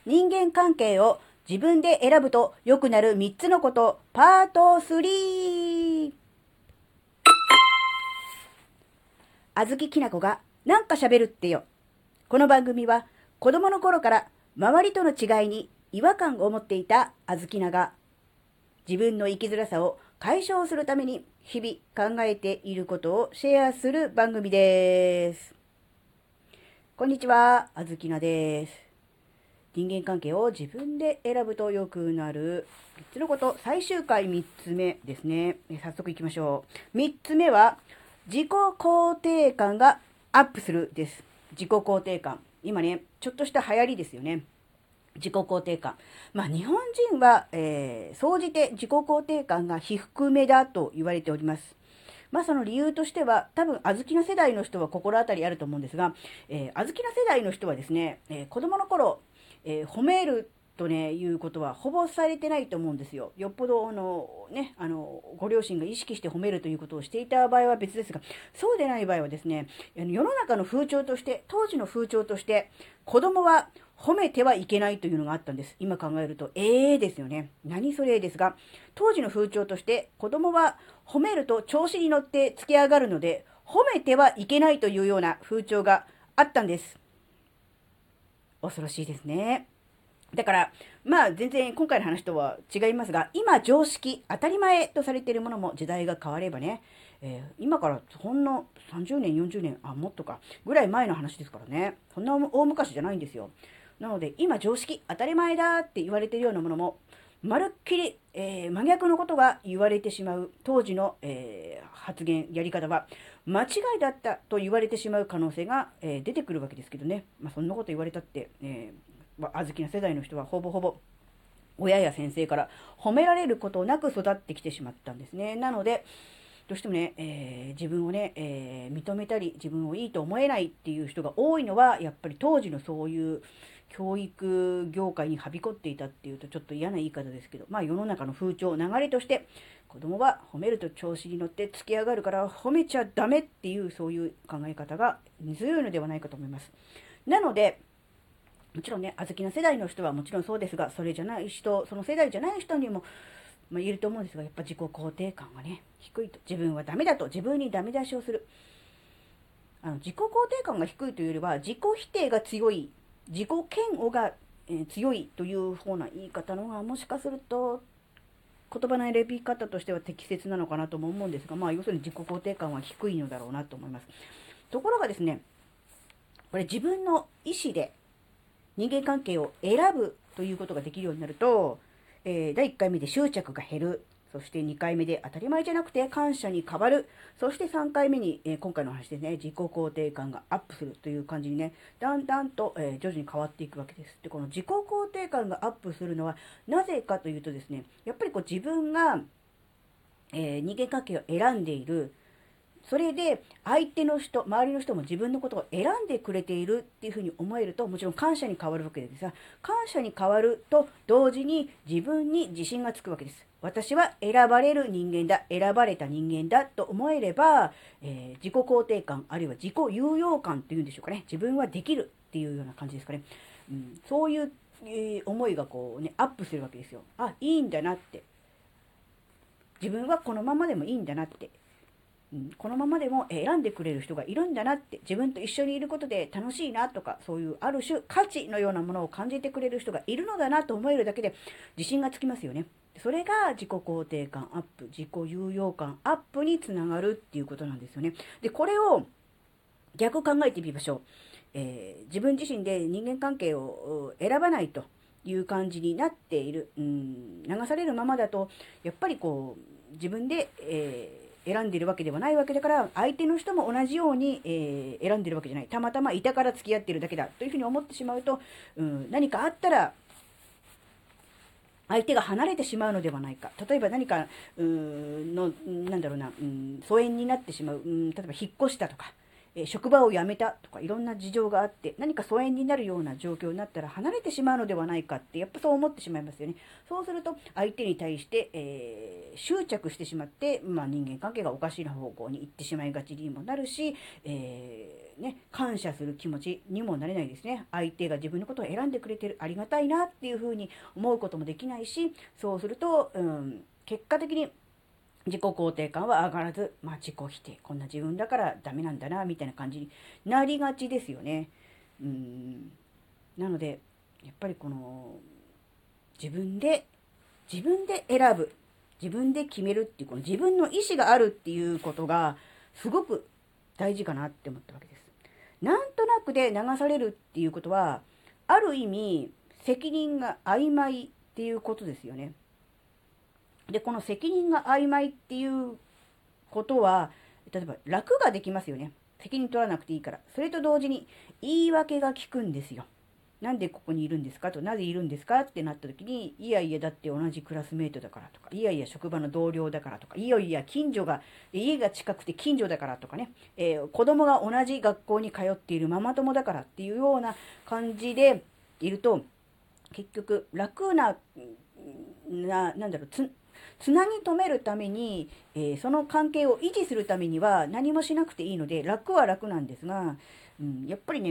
人間関係を自分で選ぶと良くなる3つのこと、パート3。あずききなこがなんか喋るってよ。この番組は子供の頃から周りとの違いに違和感を持っていたあずきなが自分の生きづらさを解消するために日々考えていることをシェアする番組です。こんにちは、あずきなです。人間関係を自分で選ぶと良くなる3つのこと、最終回3つ目ですね。早速いきましょう。3つ目は自己肯定感がアップするです。自己肯定感。今ね、ちょっとした流行りですよね。自己肯定感。日本人は、総じて自己肯定感が低めだと言われております。その理由としては、多分、あずきな世代の人は心当たりあると思うんですが、あずきな世代の人はですね、子供の頃、褒めるとね、いうことはほぼされてないと思うんですよ。よっぽど、ご両親が意識して褒めるということをしていた場合は別ですが、そうでない場合はですね、世の中の風潮として、当時の風潮として、子供は褒めてはいけないというのがあったんです。今考えると、ですよね。何それですが、当時の風潮として、子供は褒めると調子に乗って突き上がるので、褒めてはいけないというような風潮があったんです。恐ろしいですね。だから、全然今回の話とは違いますが、今常識、当たり前とされているものも時代が変わればね、今からほんの30年、40年、もっとか、ぐらい前の話ですからね。そんな大昔じゃないんですよ。なので、今常識、当たり前だって言われているようなものも、まるっきり、真逆のことが言われてしまう当時の、発言、やり方は間違いだったと言われてしまう可能性が、出てくるわけですけどね。そんなこと言われたって、あずきな世代の人はほぼほぼ親や先生から褒められることなく育ってきてしまったんですね。なので、どうしてもね、自分をね、認めたり、自分をいいと思えないっていう人が多いのは、やっぱり当時のそういう教育業界にはびこっていたっていうとちょっと嫌な言い方ですけど、世の中の風潮、流れとして、子供は褒めると調子に乗って突き上がるから褒めちゃダメっていうそういう考え方が根強いのではないかと思います。なので、もちろんね、あずきな世代の人はもちろんそうですが、それじゃない人、その世代じゃない人にも、いると思うんですが、やっぱ自己肯定感がね、低いと。自分はダメだと、自分にダメ出しをする。自己肯定感が低いというよりは、自己否定が強い、自己嫌悪が、強いという方な言い方の方が、もしかすると、言葉の選び方としては適切なのかなとも思うんですが、要するに自己肯定感は低いのだろうなと思います。ところがですね、これ自分の意思で、人間関係を選ぶということができるようになると、第1回目で執着が減る。そして2回目で当たり前じゃなくて感謝に変わる。そして3回目に、今回の話でね、自己肯定感がアップするという感じにね、だんだんと、徐々に変わっていくわけです。で、この自己肯定感がアップするのはなぜかというとですね、やっぱり自分が、人間関係を選んでいる、それで相手の人、周りの人も自分のことを選んでくれているっていうふうに思えると、もちろん感謝に変わるわけですが、感謝に変わると同時に自分に自信がつくわけです。私は選ばれる人間だ、選ばれた人間だと思えれば、自己肯定感、あるいは自己有用感というんでしょうかね。自分はできるっていうような感じですかね。そういう、思いがアップするわけですよ。いいんだなって。自分はこのままでもいいんだなって。このままでも選んでくれる人がいるんだなって、自分と一緒にいることで楽しいなとか、そういうある種価値のようなものを感じてくれる人がいるのだなと思えるだけで自信がつきますよね。それが自己肯定感アップ、自己有用感アップにつながるっていうことなんですよね。で、これを逆考えてみましょう。自分自身で人間関係を選ばないという感じになっている。流されるままだと、やっぱり自分で、選んでいるわけではないわけだから、相手の人も同じように、選んでいるわけじゃない。たまたまいたから付き合っているだけだというふうに思ってしまうと、何かあったら、相手が離れてしまうのではないか。例えば何か、なんだろうな、疎遠になってしまう。例えば引っ越したとか、 職場を辞めたとかいろんな事情があって何か疎遠になるような状況になったら離れてしまうのではないかってやっぱそう思ってしまいますよね。そうすると相手に対して、執着してしまって、人間関係がおかしな方向に行ってしまいがちにもなるし、感謝する気持ちにもなれないですね。相手が自分のことを選んでくれてる、ありがたいなっていうふうに思うこともできないし、そうすると、結果的に自己肯定感は上がらず、自己否定、こんな自分だからダメなんだなみたいな感じになりがちですよね。なのでやっぱりこの自分で選ぶ、自分で決めるっていうこの自分の意思があるっていうことがすごく大事かなって思ったわけです。なんとなくで流されるっていうことはある意味責任が曖昧っていうことですよね。で、この責任が曖昧っていうことは、例えば楽ができますよね。責任取らなくていいから。それと同時に言い訳が効くんですよ。なんでここにいるんですかと、なぜいるんですかってなった時に、いやいやだって同じクラスメートだからとか、いやいや職場の同僚だからとか、いやいや家が近くて近所だからとかね、子供が同じ学校に通っているママ友だからっていうような感じでいると、結局楽つなぎ止めるために、その関係を維持するためには何もしなくていいので楽は楽なんですが、やっぱりね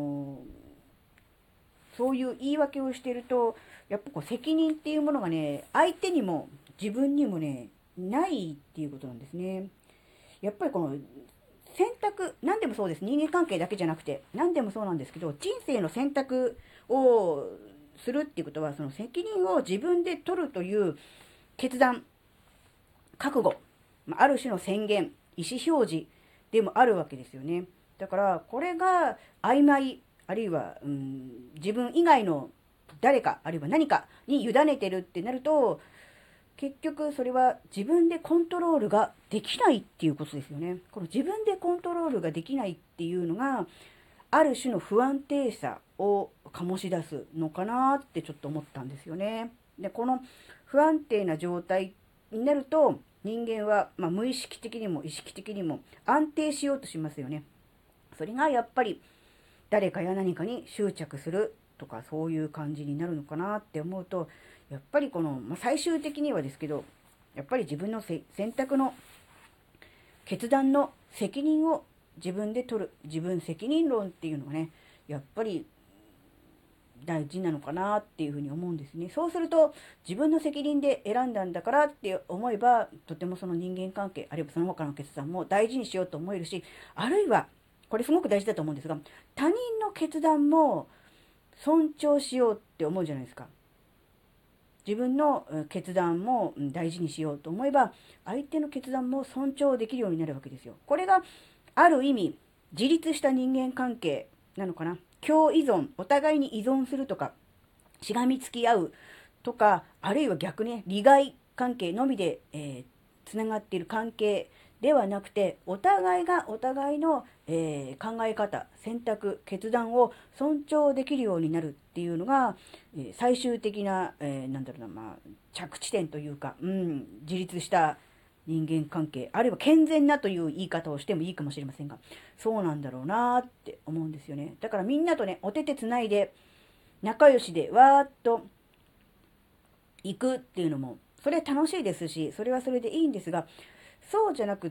そういう言い訳をしているとやっぱ責任っていうものがね相手にも自分にもねないっていうことなんですね。やっぱりこの選択、何でもそうです。人間関係だけじゃなくて何でもそうなんですけど、人生の選択をするっていうことはその責任を自分で取るという決断、覚悟、ある種の宣言、意思表示でもあるわけですよね。だからこれが曖昧、あるいは、自分以外の誰かあるいは何かに委ねてるってなると、結局それは自分でコントロールができないっていうことですよね。この自分でコントロールができないっていうのがある種の不安定さを醸し出すのかなってちょっと思ったんですよね。で、この不安定な状態になると人間は、無意識的にも意識的にも安定しようとしますよね。それがやっぱり誰かや何かに執着するとかそういう感じになるのかなって思うと、やっぱりこの、最終的にはですけど、やっぱり自分の選択の決断の責任を自分で取る、自分責任論っていうのがね、やっぱり大事なのかなっていうふうに思うんですね。そうすると自分の責任で選んだんだからって思えば、とてもその人間関係あるいはその他の決断も大事にしようと思えるし、あるいはこれすごく大事だと思うんですが、他人の決断も尊重しようって思うじゃないですか。自分の決断も大事にしようと思えば相手の決断も尊重できるようになるわけですよ。これがある意味自立した人間関係なのかな。共依存、お互いに依存するとかしがみつき合うとか、あるいは逆に利害関係のみで、つながっている関係ではなくて、お互いがお互いの、考え方、選択、決断を尊重できるようになるっていうのが、最終的な、着地点というか、自立した人間関係、あるいは健全なという言い方をしてもいいかもしれませんが、そうなんだろうなって思うんですよね。だからみんなとね、お手手つないで、仲良しでわーっと行くっていうのも、それ楽しいですし、それはそれでいいんですが、そうじゃなくって、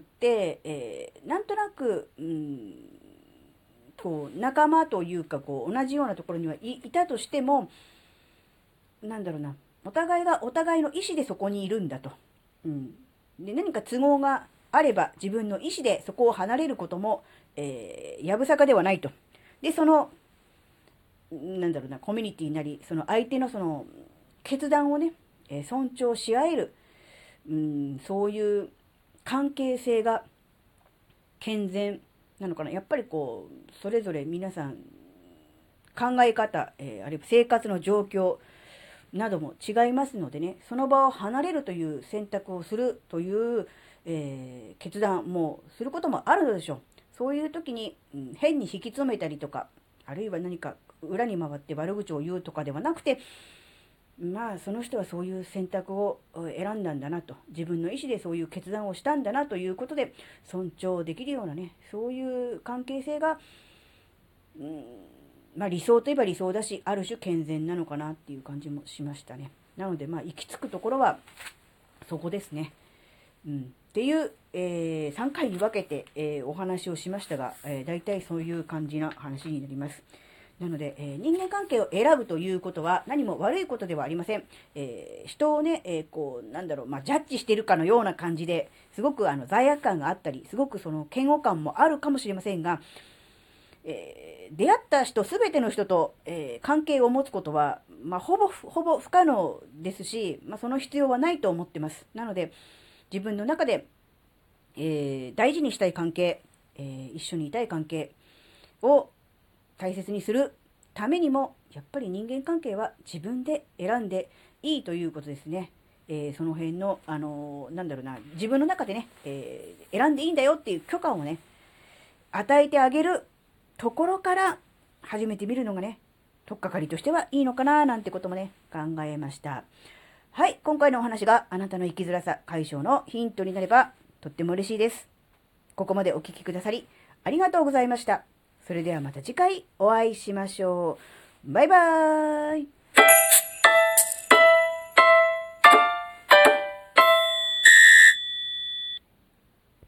なんとなく、仲間というか、同じようなところにはいたとしても、お互いがお互いの意思でそこにいるんだと。で、何か都合があれば、自分の意思でそこを離れることも、やぶさかではないと。で、その、コミュニティなり、その相手のその決断をね、尊重し合える、そういう関係性が健全なのかな。やっぱりそれぞれ皆さん考え方、あるいは生活の状況なども違いますのでね、その場を離れるという選択をするという、決断もすることもあるでしょう。そういう時に、変に引き詰めたりとか、あるいは何か裏に回って悪口を言うとかではなくて、 まあその人はそういう選択を選んだんだなと、自分の意思でそういう決断をしたんだなということで尊重できるようなね、そういう関係性が、まあ理想といえば理想だし、ある種健全なのかなっていう感じもしましたね。なのでまあ行き着くところはそこですね。っていう、3回に分けて、お話をしましたが、大体そういう感じな話になります。なので、人間関係を選ぶということは何も悪いことではありません。人をね、こう、なんだろう、まあ、ジャッジしてるかのような感じで、すごく罪悪感があったり、すごくその嫌悪感もあるかもしれませんが、出会った人、すべての人と、関係を持つことは、まあ、ほぼ不可能ですし、まあ、その必要はないと思ってます。なので、自分の中で、大事にしたい関係、一緒にいたい関係を大切にするためにも、やっぱり人間関係は自分で選んでいいということですね。その辺の、なんだろうな、自分の中でね、選んでいいんだよっていう許可をね、与えてあげるところから始めてみるのがね、取っかかりとしてはいいのかななんてこともね、考えました。はい、今回のお話があなたの生きづらさ解消のヒントになればとっても嬉しいです。ここまでお聞きくださりありがとうございました。それではまた次回お会いしましょう。バイバーイ。